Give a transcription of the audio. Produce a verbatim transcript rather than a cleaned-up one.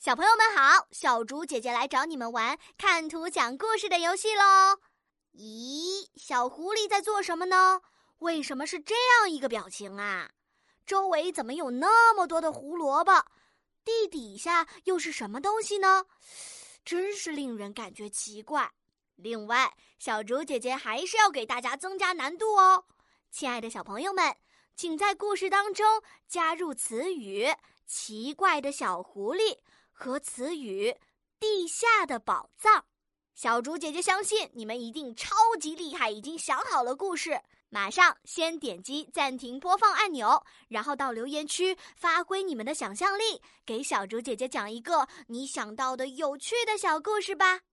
小朋友们好，小竹姐姐来找你们玩看图讲故事的游戏咯。咦，小狐狸在做什么呢？为什么是这样一个表情啊？周围怎么有那么多的胡萝卜？地底下又是什么东西呢？真是令人感觉奇怪。另外，小竹姐姐还是要给大家增加难度哦。亲爱的小朋友们，请在故事当中加入词语奇怪的小狐狸和词语地下的宝藏。小竹姐姐相信你们一定超级厉害，已经想好了故事。马上先点击暂停播放按钮，然后到留言区发挥你们的想象力，给小竹姐姐讲一个你想到的有趣的小故事吧。